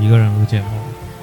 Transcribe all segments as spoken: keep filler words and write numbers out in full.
个人录节目，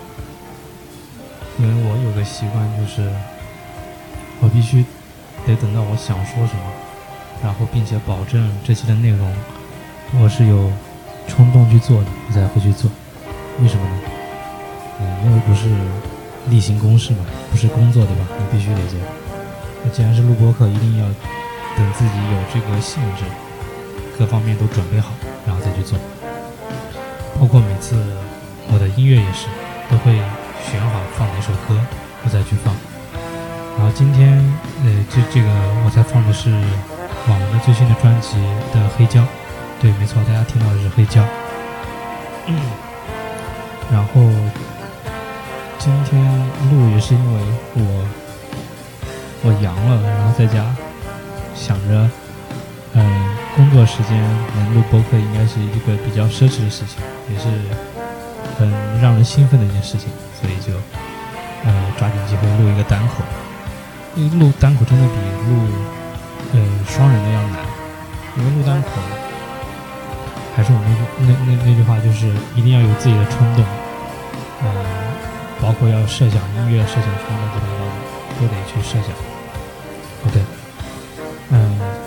因为我有个习惯，就是我必须得等到我想说什么，然后并且保证这期的内容我是有冲动去做的，我才会去做。为什么呢？嗯，因为不是例行公事嘛，不是工作对吧？你必须得做。那既然是录播课，一定要等自己有这个兴致，各方面都准备好，然后再去做。包括每次我的音乐也是，都会选好放哪首歌，我再去放。然后今天，呃，这这个我在放的是网文的最新的专辑的《黑胶》，对，没错，大家听到的是《黑胶》。嗯，然后今天录也是因为我我阳了，然后在家想着，嗯、呃，工作时间能录播客应该是一个比较奢侈的事情，也是很让人兴奋的一件事情，所以就呃抓紧机会录一个单口。因为录单口真的比录呃双人的要难，因为录单口还是我那句那那那句话，就是一定要有自己的冲动，嗯、呃，包括要设想音乐、设想冲动这些都得去设想。OK， 嗯、呃，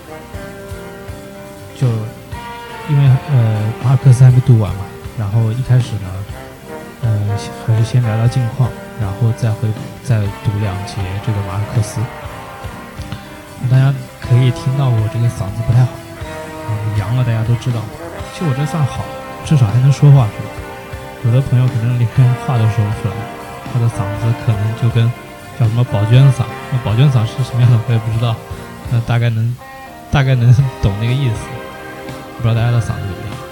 就因为呃马尔克斯还没读完嘛，然后一开始呢，呃还是先聊聊近况，然后再会再读两节这个马尔克斯。大家可以听到我这个嗓子不太好，嗯，阳了大家都知道，其实我这算好，至少还能说话是吧？有的朋友可能连话都说不出来，他的嗓子可能就跟叫什么宝娟嗓，那宝娟嗓是什么样的我也不知道，那大概能大概能懂那个意思，不知道大家的嗓子怎么样。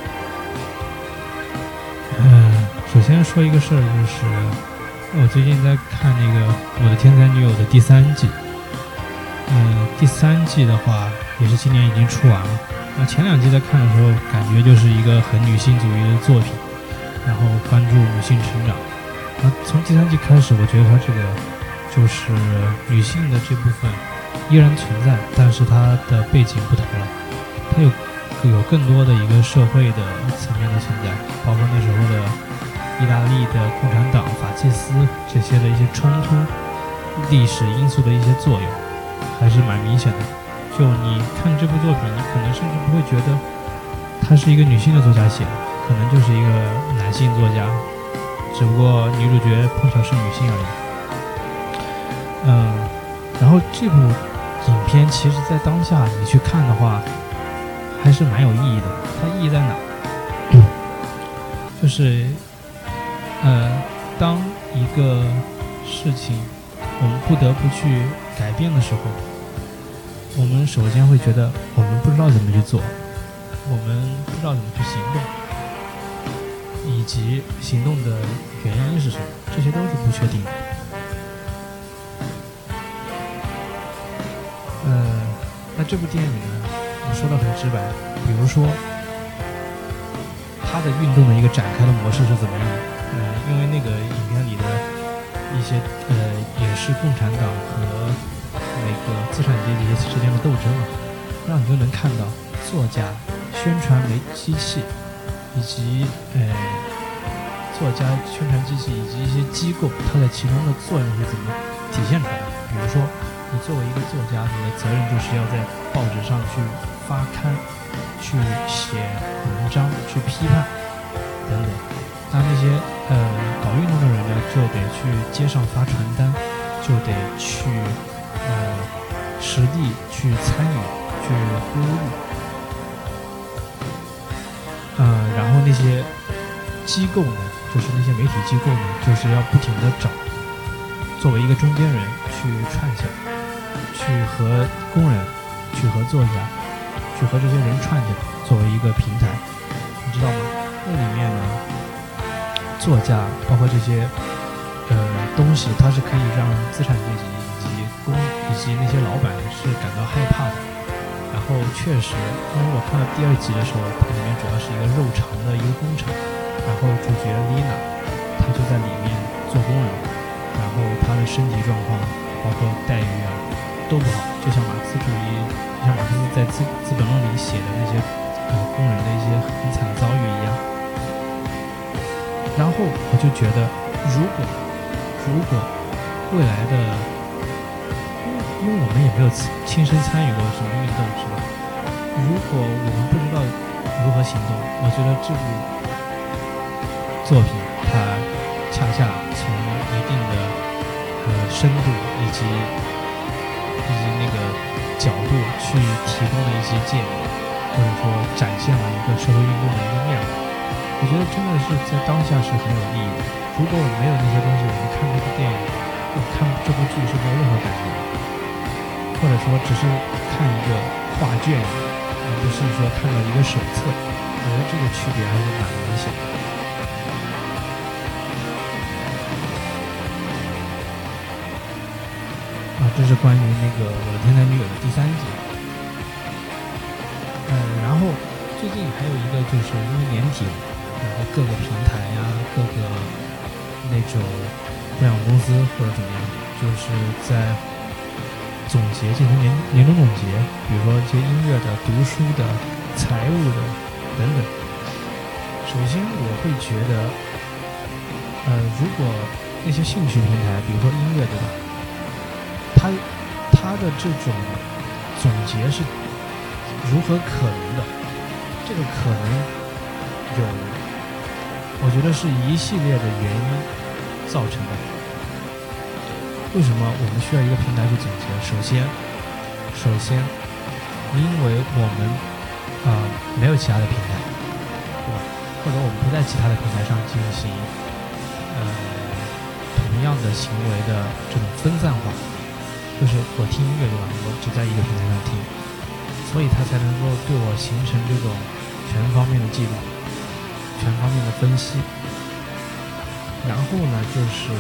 嗯，首先说一个事儿，就是我最近在看那个《我的天才女友》的第三季。嗯，第三季的话也是今年已经出完了。那前两季在看的时候，感觉就是一个很女性主义的作品，然后关注女性成长。那从第三季开始，我觉得它这个就是女性的这部分依然存在，但是它的背景不同了，它有有更多的一个社会的层面的存在，包括那时候的意大利的共产党、法西斯这些的一些冲突、历史因素的一些作用。还是蛮明显的，就你看这部作品，你可能甚至不会觉得她是一个女性的作家写的，可能就是一个男性作家，只不过女主角碰巧是女性而已。嗯，然后这部影片其实在当下你去看的话，还是蛮有意义的。它意义在哪？嗯、就是呃，当一个事情我们不得不去改变的时候，我们首先会觉得我们不知道怎么去做，我们不知道怎么去行动，以及行动的原因是什么，这些都是不确定的。呃，那这部电影呢，我说的很直白，比如说它的运动的一个展开的模式是怎么样的？呃，因为那个影片里的一些呃，也是共产党和那个资产阶级之间的斗争啊，让你就能看到作家、宣传媒机器以及呃作家、宣传机器以及一些机构，它在其中的作用是怎么体现出来的。比如说，你作为一个作家，你的责任就是要在报纸上去发刊、去写文章、去批判等等。那那些呃搞运动的人呢，就得去街上发传单，就得去呃实地去参与，去呼吁。呃，然后那些机构呢，就是那些媒体机构呢，就是要不停地找作为一个中间人去串起来，去和工人，去和作家，去和这些人串起来，作为一个平台，你知道吗？那里面呢，作家包括这些呃东西，它是可以让资产阶级以及工以及那些老板是感到害怕的。然后确实，因为我看到第二集的时候，它里面主要是一个肉肠的一个工厂，然后主角丽娜她就在里面做工人，然后她的身体状况包括待遇啊都不好，就像马克思主义，就像马克思在资资本论里写的那些呃工人的一些很惨的遭遇一样。 然后我就觉得，如果如果未来的，因为我们也没有亲身参与过什么运动，是吧？如果我们不知道如何行动，我觉得这部作品它恰恰从一定的呃深度以及以及那个角度去提供了一些建议，或者说展现了一个社会运动的一个面貌。我觉得真的是在当下是很有意义的。如果没有那些东西，我们看这部电影、看这部剧是没有任何感觉的，或者说只是看一个画卷，而不是说看到一个手册。我觉得这个区别还是蛮明显的。啊，这是关于那个我的天才女友的第三集。呃，然后最近还有一个就是因为年底，然后各个平台呀、各个那种互联网公司或者怎么样，就是在总结进行年年终总结，比如说一些音乐的、读书的、财务的等等。首先我会觉得，呃，如果那些兴趣平台，比如说音乐，对吧？它它的这种总结是如何可能的？这个可能有，我觉得是一系列的原因造成的。为什么我们需要一个平台去总结？首先，首先，因为我们啊、呃、没有其他的平台，对吧？或者我们不在其他的平台上进行呃同样的行为的这种分散化。就是我听音乐，对吧？我只在一个平台上听，所以它才能够对我形成这种全方面的记录、全方面的分析。然后呢，就是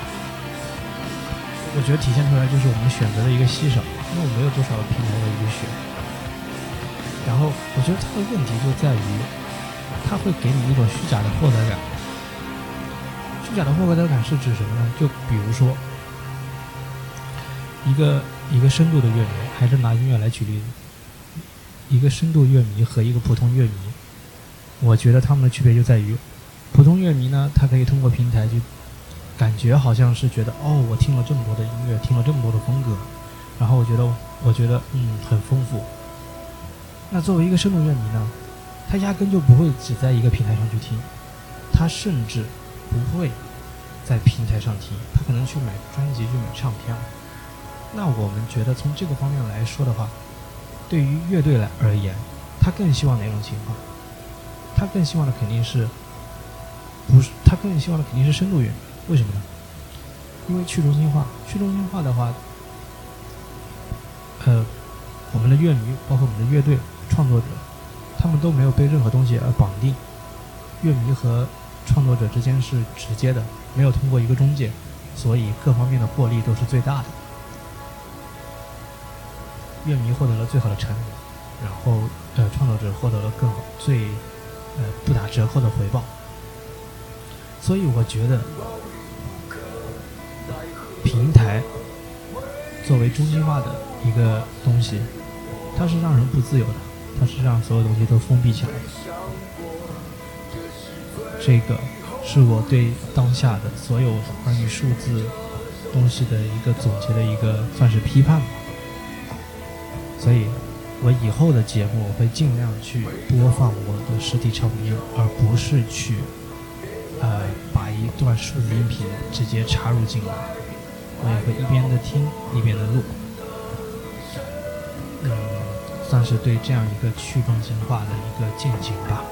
我觉得体现出来就是我们选择的一个稀少，因为我没有多少个平台可以去选。然后我觉得它的问题就在于，它会给你一种虚假的获得感。虚假的获得感是指什么呢？就比如说。一个一个深度的乐迷，还是拿音乐来举例子，一个深度乐迷和一个普通乐迷，我觉得他们的区别就在于，普通乐迷呢，他可以通过平台去感觉好像是觉得，哦，我听了这么多的音乐，听了这么多的风格，然后我觉得我觉得嗯很丰富。那作为一个深度乐迷呢，他压根就不会只在一个平台上去听，他甚至不会在平台上听，他可能去买专辑，去买唱片。那我们觉得从这个方面来说的话，对于乐队来而言，他更希望哪种情况？他更希望的肯定是，不是他更希望的肯定是深度乐迷。为什么呢？因为去中心化，去中心化的话，呃，我们的乐迷，包括我们的乐队创作者，他们都没有被任何东西而绑定。乐迷和创作者之间是直接的，没有通过一个中介，所以各方面的获利都是最大的。乐迷获得了最好的产品，然后呃创作者获得了更好、最呃不打折扣的回报。所以我觉得，平台作为中心化的一个东西，它是让人不自由的，它是让所有东西都封闭起来的。这个是我对当下的所有关于数字东西的一个总结的一个算是批判吧。所以我以后的节目我会尽量去播放我的实体唱片，而不是去呃把一段数字音频直接插入进来。我也会一边的听一边的录，嗯，算是对这样一个去中心化的一个践行吧。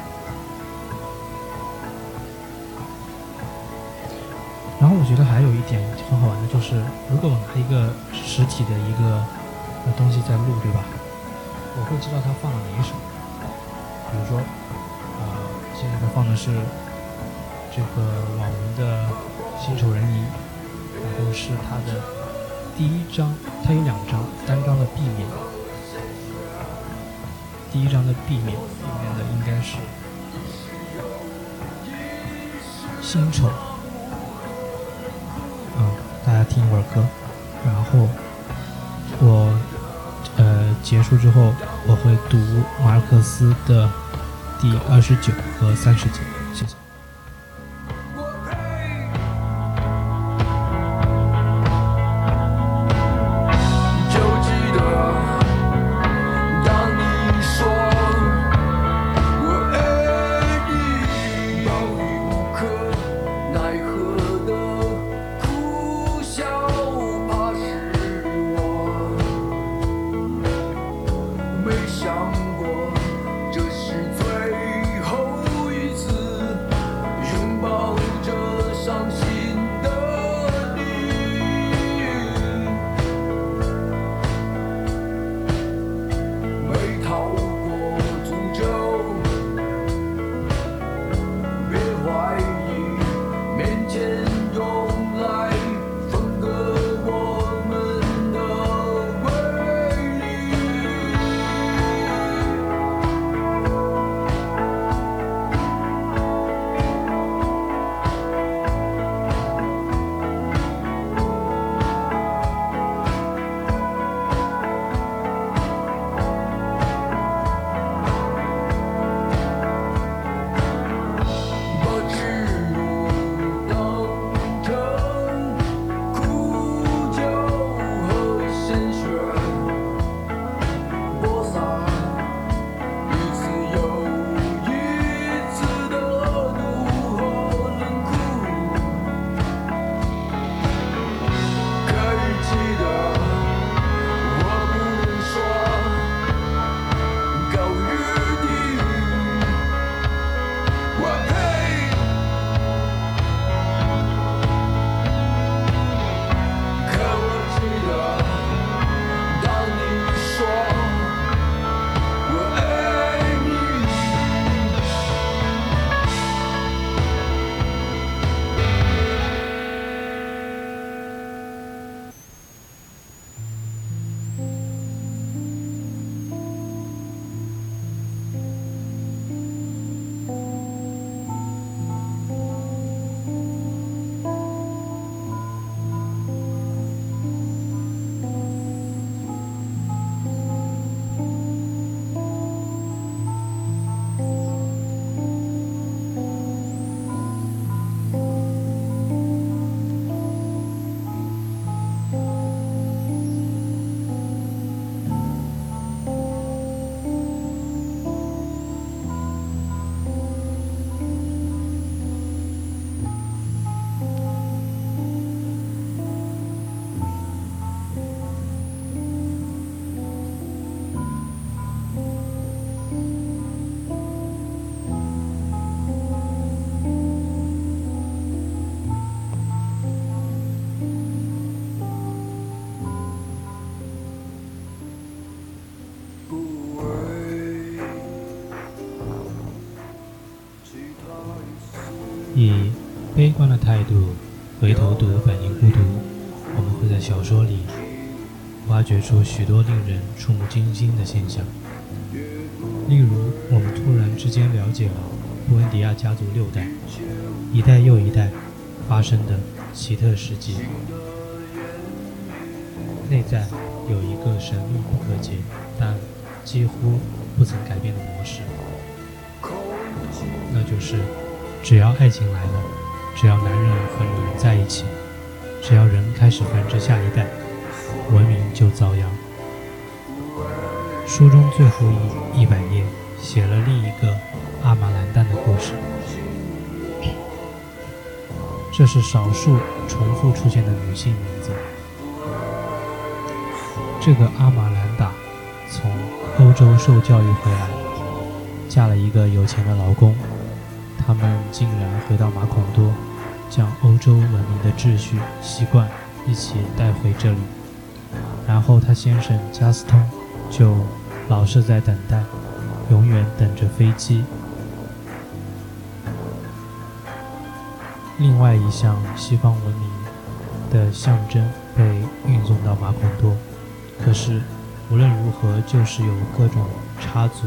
然后我觉得还有一点很好玩的就是，如果我拿一个实体的一个的东西在录，对吧？我会知道它放了哪一首。比如说，呃，现在它放的是这个网文的《新手人仪》，然后是它的第一章，它有两章，单章的 B 面，第一章的 B 面里面的应该是新丑。嗯，大家听一会儿歌，然后我呃结束之后我会读马尔克斯的第二十九和三十节，谢谢。 以悲观的态度回头读《百年孤独》，我们会在小说里挖掘出许多令人触目惊心的现象。例如，我们突然之间了解了布恩迪亚家族六代一代又一代发生的奇特事迹，内在有一个神秘不可解但几乎不曾改变的模式，那就是只要爱情来了，只要男人和女人在一起，只要人开始繁殖下一代，文明就遭殃。书中最后一一百页写了另一个阿玛兰丹的故事，这是少数重复出现的女性名字。这个阿玛兰达从欧洲受教育回来，嫁了一个有钱的劳工，他们竟然回到马孔多，将欧洲文明的秩序习惯一起带回这里。然后他先生加斯通就老是在等待，永远等着飞机。另外一项西方文明的象征被运送到马孔多，可是无论如何就是有各种差阻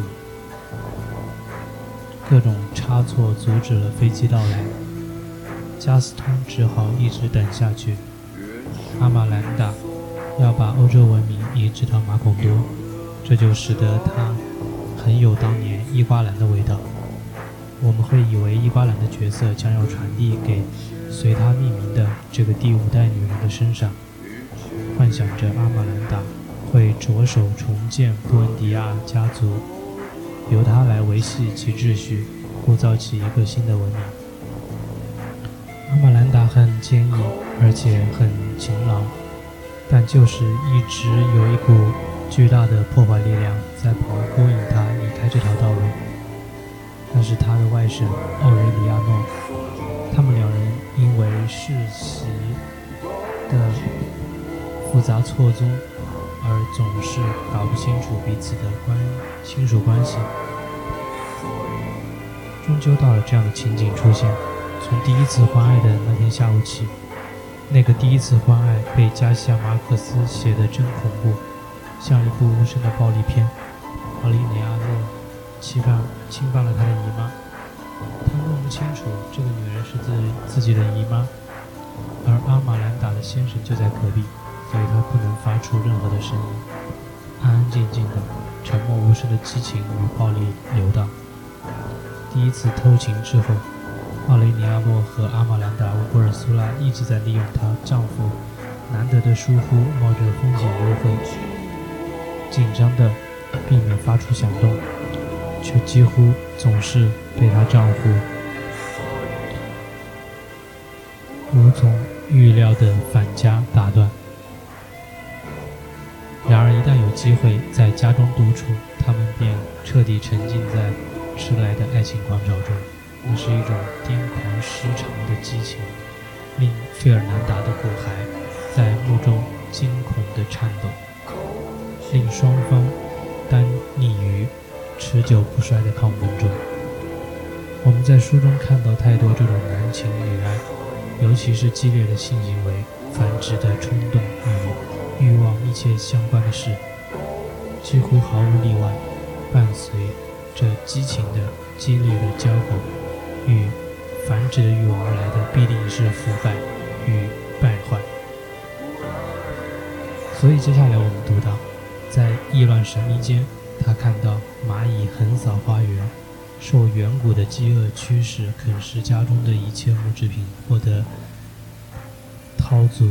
各种差错阻止了飞机到来，加斯通只好一直等下去。阿玛兰达要把欧洲文明移植到马孔多，这就使得它很有当年伊瓜兰的味道。我们会以为伊瓜兰的角色将要传递给随他命名的这个第五代女人的身上，幻想着阿玛兰达会着手重建布恩迪亚家族，由他来维系其秩序，构造起一个新的文明。阿玛兰达很坚毅，而且很勤劳，但就是一直有一股巨大的破坏力量在旁勾引他离开这条道路。那是他的外甥奥雷里亚诺，他们两人因为世袭的复杂错综而总是搞不清楚彼此的关亲属关系。终究到了这样的情景出现，从第一次欢爱的那天下午起，那个第一次欢爱被加西亚马克思写得真恐怖，像一部无声的暴力片。奥利尼亚诺侵犯侵犯了他的姨妈，他弄不清楚这个女人是自自己的姨妈，而阿玛兰达的先生就在隔壁，所以他不能发出任何的声音，安安静静的沉默无声的激情与暴力流荡。第一次偷情之后，奥雷尼亚诺和阿玛兰达乌布尔苏拉一直在利用她丈夫难得的疏忽，冒着风险幽会，紧张的避免发出响动，却几乎总是被她丈夫无从预料的返家打断。然而一旦有机会在家中独处，他们便彻底沉浸在迟来的爱情狂潮中。那是一种癫狂失常的激情，令费尔南达的骨骸在墓中惊恐地颤抖，令双方单溺于持久不衰的亢奋中。我们在书中看到太多这种男情女爱，尤其是激烈的性行为、繁殖的冲动与欲望密切相关的事，几乎毫无例外，伴随着激情的激烈的交媾与繁殖的欲望而来的必定是腐败与败坏。所以接下来我们读到，在意乱神迷间，他看到蚂蚁横扫花园，受远古的饥饿驱使，啃食家中的一切木制品，获得饕足。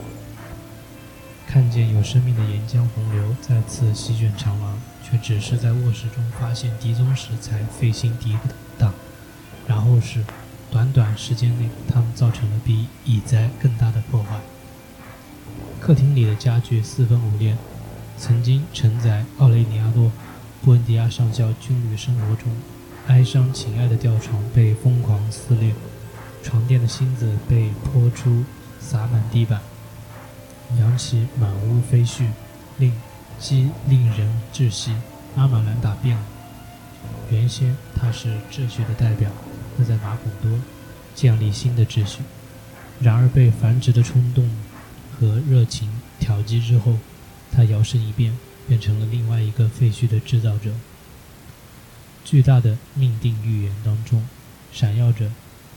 看见有生命的岩浆洪流再次席卷长廊，却只是在卧室中发现敌踪时才费心抵挡。然后是短短时间内，他们造成了比蚁灾更大的破坏。客厅里的家具四分五裂，曾经承载奥雷尼亚诺布恩迪亚上校军旅生活中哀伤情爱的吊床被疯狂撕裂，床垫的芯子被泼出，洒满地板，扬起满屋飞絮，令既令人窒息。阿玛兰达变了，原先他是秩序的代表，那在马孔多建立新的秩序。然而被繁殖的冲动和热情挑击之后，他摇身一变，变成了另外一个废墟的制造者。巨大的命定预言当中，闪耀着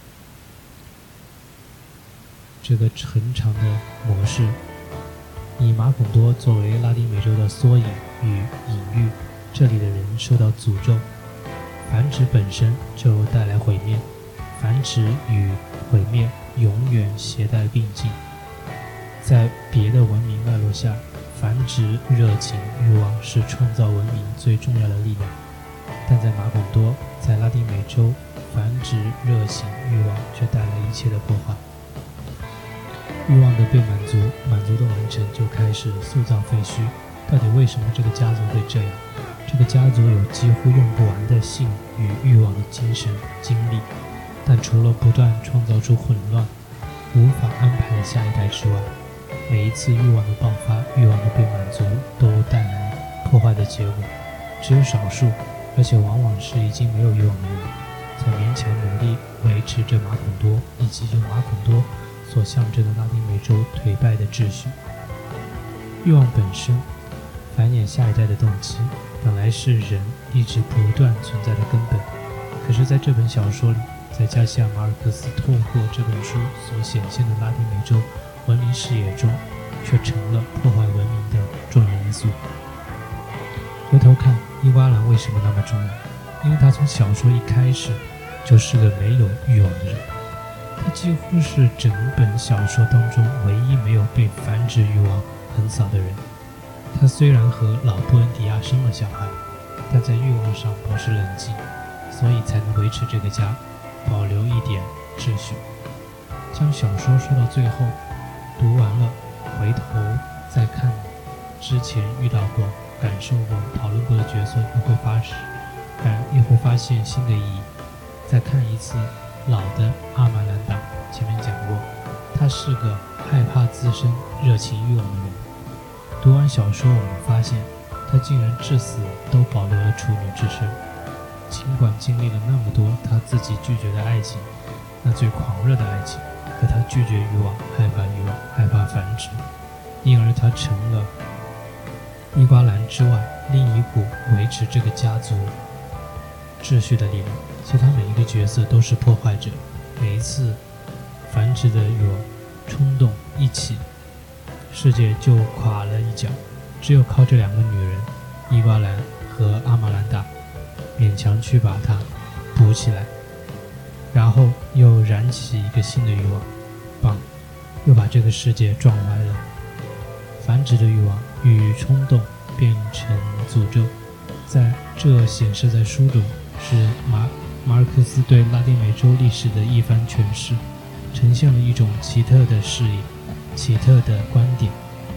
这个恒长的模式，以马孔多作为拉丁美洲的缩影与隐喻，这里的人受到诅咒，繁殖本身就带来毁灭，繁殖与毁灭永远携带并进。在别的文明脉络下，繁殖、热情、欲望是创造文明最重要的力量，但在马孔多，在拉丁美洲，繁殖、热情、欲望却带来一切的破坏。欲望的被满足，满足的完成，就开始塑造废墟。到底为什么这个家族会这样？这个家族有几乎用不完的性与欲望的精神精力，但除了不断创造出混乱、无法安排的下一代之外，每一次欲望的爆发、欲望的被满足，都带来破坏的结果。只有少数，而且往往是已经没有欲望的人，才勉强努力维持着马孔多以及由马孔多所象征的拉丁美洲颓败的秩序。欲望本身，繁衍下一代的动机，本来是人一直不断存在的根本。可是在这本小说里，在加西亚马尔克斯透过这本书所显现的拉丁美洲文明视野中，却成了破坏文明的重要因素。回头看伊瓜兰为什么那么重要？因为他从小说一开始就是个没有欲望的人，他几乎是整本小说当中唯一没有被繁殖欲望横扫的人。他虽然和老布恩迪亚生了小孩，但在欲望上保持冷静，所以才能维持这个家，保留一点秩序。将小说说到最后，读完了回头再看之前遇到过、感受过、讨论过的角色，又会发感又会发现新的意义。再看一次老的阿玛兰达，前面讲过，他是个害怕滋生热情欲望的人。读完小说，我们发现他竟然至死都保留了处女之身，尽管经历了那么多他自己拒绝的爱情，那最狂热的爱情，可他拒绝欲望，害怕欲望，害怕繁殖，因而他成了伊瓜兰之外另一股维持这个家族秩序的力量。其他每一个角色都是破坏者，每一次繁殖的欲望冲动一起，世界就垮了一角。只有靠这两个女人伊瓜兰和阿玛兰达勉强去把它补起来，然后又燃起一个新的欲望，棒，又把这个世界撞歪了。繁殖的欲望与冲动变成诅咒，在这显示在书中，是马马尔克斯对拉丁美洲历史的一番诠释，呈现了一种奇特的视野、奇特的观点。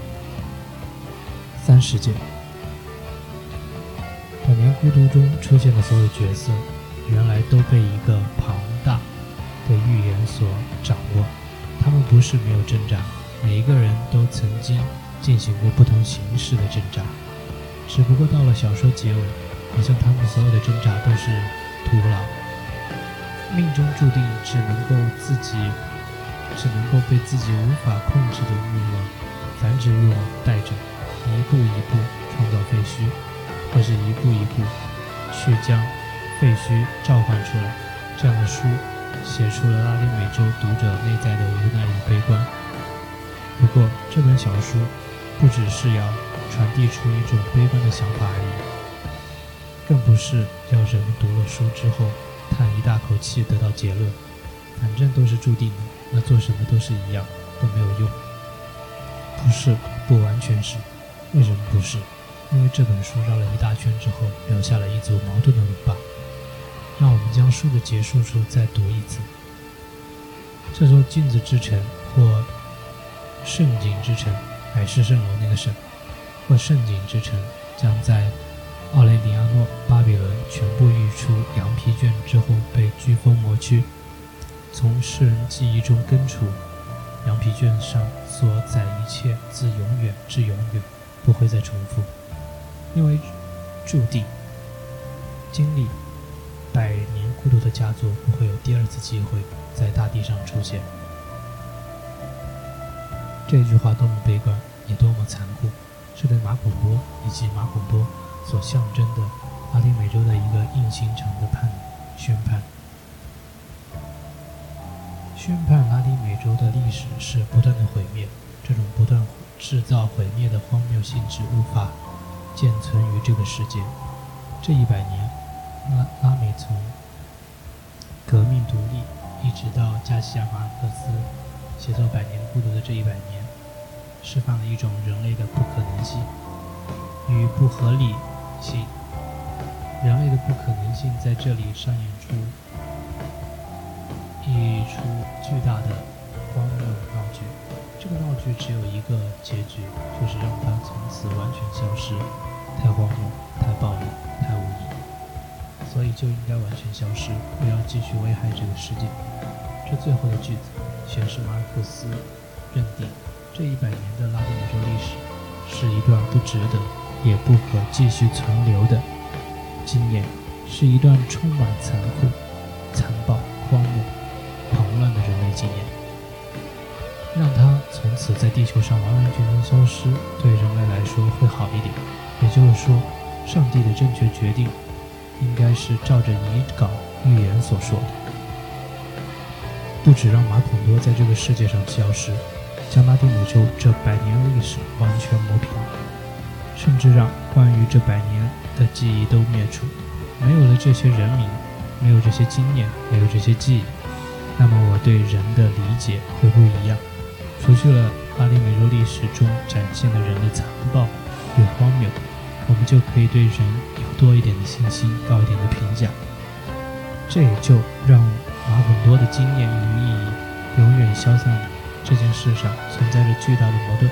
三世界，百年孤独中出现的所有角色，原来都被一个庞大的预言所掌握。他们不是没有挣扎，每一个人都曾经进行过不同形式的挣扎，只不过到了小说结尾，好像他们所有的挣扎都是徒劳。命中注定只能够自己只能够被自己无法控制的欲望、繁殖欲望带着，一步一步创造废墟，或是一步一步去将废墟召唤出来。这样的书写出了拉丁美洲读者内在的无奈与悲观。不过这本小说不只是要传递出一种悲观的想法而已，更不是要人读了书之后叹一大口气得到结论，反正都是注定的，那做什么都是一样，都没有用。不是，不完全是。为什么不是？因为这本书绕了一大圈之后，留下了一组矛盾的尾巴。让我们将书的结束处再读一次。这座镜子之城，或圣景之城，海市蜃楼那个圣，或圣景之城，将在奥雷里亚诺巴比伦全部译出羊皮卷之后被飓风磨去，从世人记忆中根除。羊皮卷上所载一切自永远至永远不会再重复，因为注定经历百年孤孤独的家族不会有第二次机会在大地上出现。这句话多么悲观，也多么残酷，是对马孔多以及马孔多所象征的拉丁美洲的一个硬心肠的判宣判。宣判拉丁美洲的历史是不断的毁灭，这种不断制造毁灭的荒谬性质无法见存于这个世界。这一百年，拉拉美从革命独立一直到加西亚马尔克斯写作《百年孤独》的这一百年，释放了一种人类的不可能性与不合理性。人类的不可能性在这里上演出一出巨大的荒谬闹剧。这个闹剧只有一个结局，就是让它从此完全消失。太荒谬，太暴力，太无意义，所以就应该完全消失，不要继续危害这个世界。这最后的句子显示马尔克斯认定这一百年的拉丁美洲历史是一段不值得也不可继续存留的经验，是一段充满残酷、残暴、荒谬、狂乱的人类经验。让它从此在地球上完完全全消失，对人类来说会好一点。也就是说，上帝的正确决定应该是照着遗稿预言所说的，不只让马孔多在这个世界上消失，将拉丁美洲这百年历史完全磨平，甚至让关于这百年的记忆都灭除。没有了这些人名，没有这些经验，没有这些记忆，那么我对人的理解会不一样。除去了拉丁美洲历史中展现的人的残暴与荒谬，我们就可以对人有多一点的信心，高一点的评价。这也就让马孔多的经验与意义永远消散了。这件事上存在着巨大的矛盾。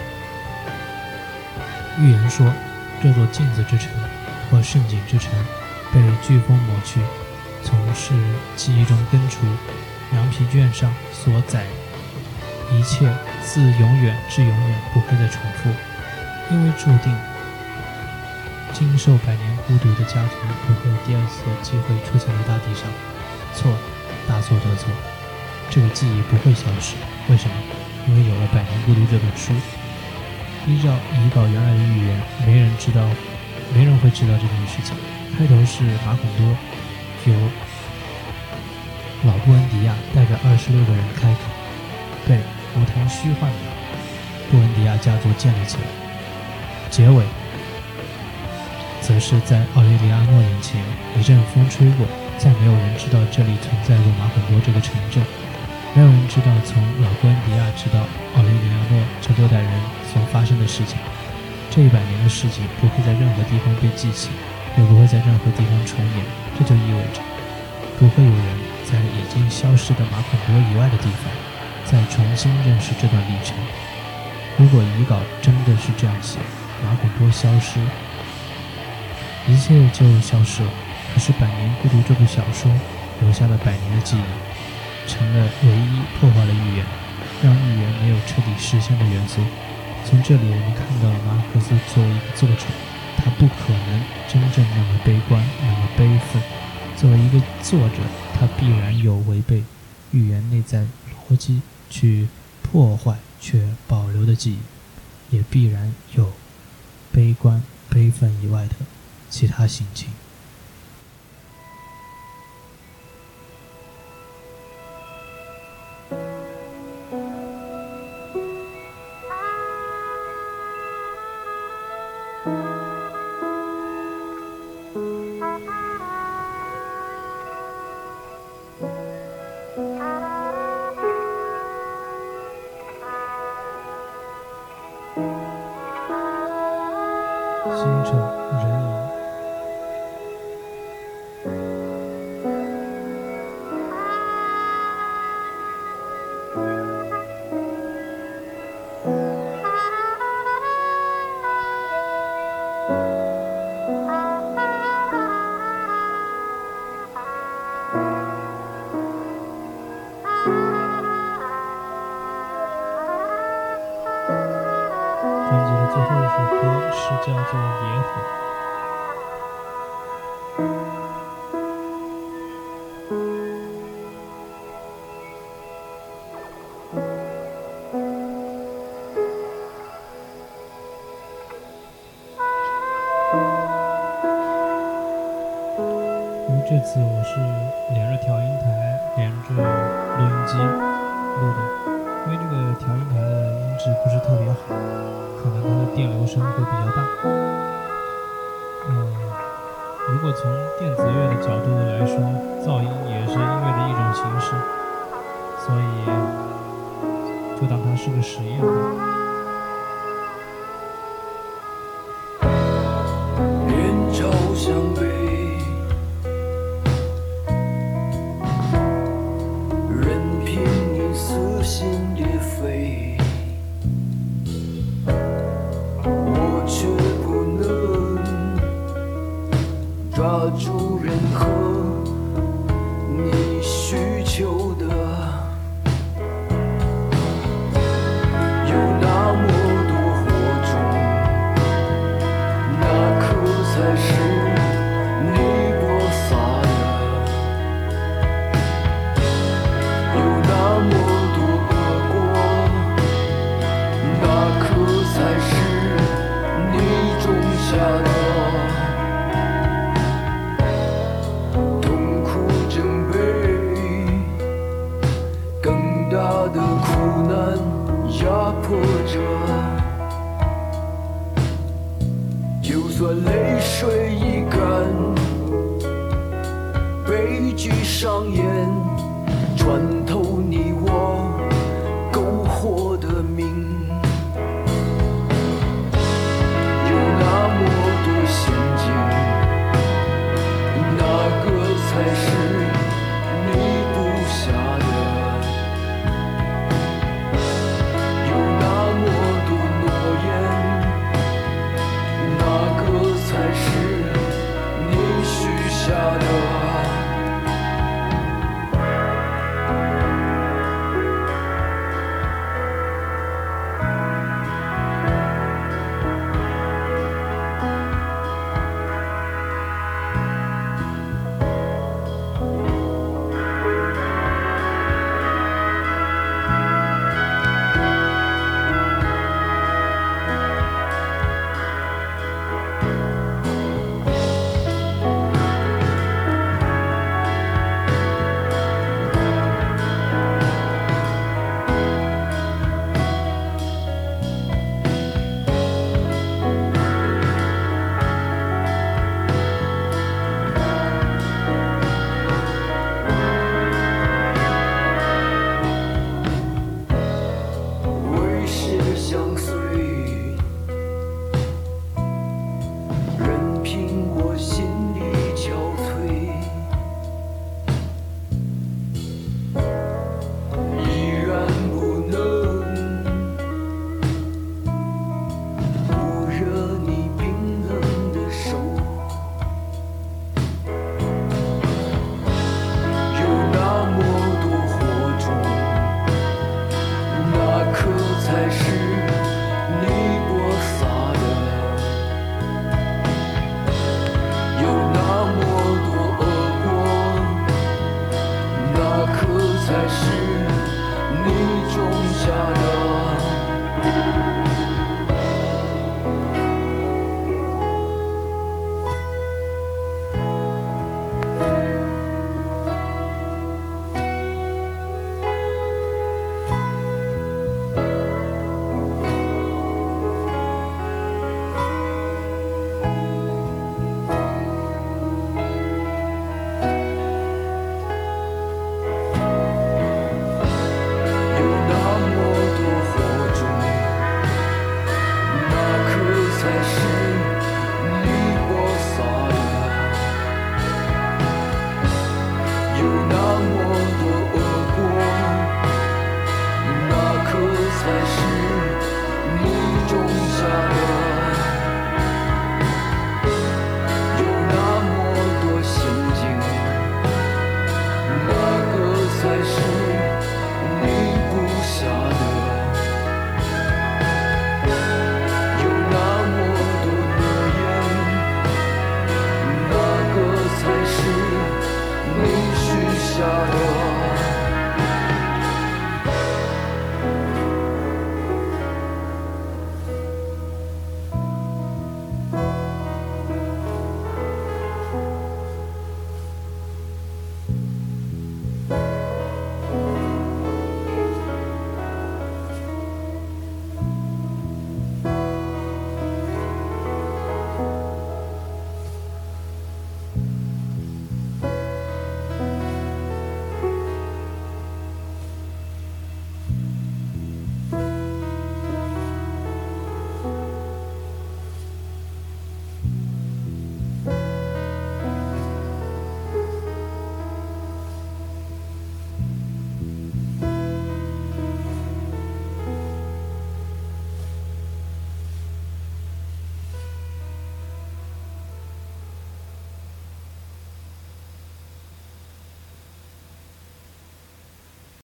预言说，这座镜子之城或圣景之城被飓风抹去，从是记忆中根除，羊皮卷上所载一切自永远至永远不会再重复，因为注定经受百年孤独的家族不会有第二次机会出现在大地上。错，大错特错，这个记忆不会消失。为什么？因为有了《百年孤独》这本书。依照遗稿原来的预言，没人知道，没人会知道这件事情。开头是马孔多由老布恩迪亚带着二十六个人开口，对不谈虚幻的布恩迪亚家族建立起来。结尾则是在奥雷里阿诺眼前，一阵风吹过，再没有人知道这里存在过马孔多这个城镇，没有人知道从老布恩迪亚直到奥雷里阿诺这六代人所发生的事情。这一百年的事情不会在任何地方被记起，也不会在任何地方重演。这就意味着不会有人在已经消失的马孔多以外的地方再重新认识这段历程。如果遗稿真的是这样写，马孔多消失，一切就消失了。可是《百年孤独》这部小说留下了百年的记忆，成了唯一破坏了预言，让预言没有彻底实现的元素。从这里我们看到了马尔克斯作为一个作者，他不可能真正那么悲观，那么悲愤。作为一个作者，他必然有违背预言内在逻辑去破坏却保留的记忆，也必然有悲观悲愤以外的其他心情。星辰人影，专辑的最后一首歌是叫做《野火》。 这次我是连着调音台，连着录音机录的，因为这个调音台的音质不是特别好，可能它的电流声会比较大。嗯，如果从电子乐的角度来说，噪音也是音乐的一种形式，所以就当它是个实验吧。 面朝向北，任凭你撕心裂肺，我却不能抓住任何你需求的。有那么多火种，那颗才是你播撒的。有那么多恶果，那颗才是你种下的。痛苦正被更大的苦难压迫着，就算泪水已干，悲剧上演，转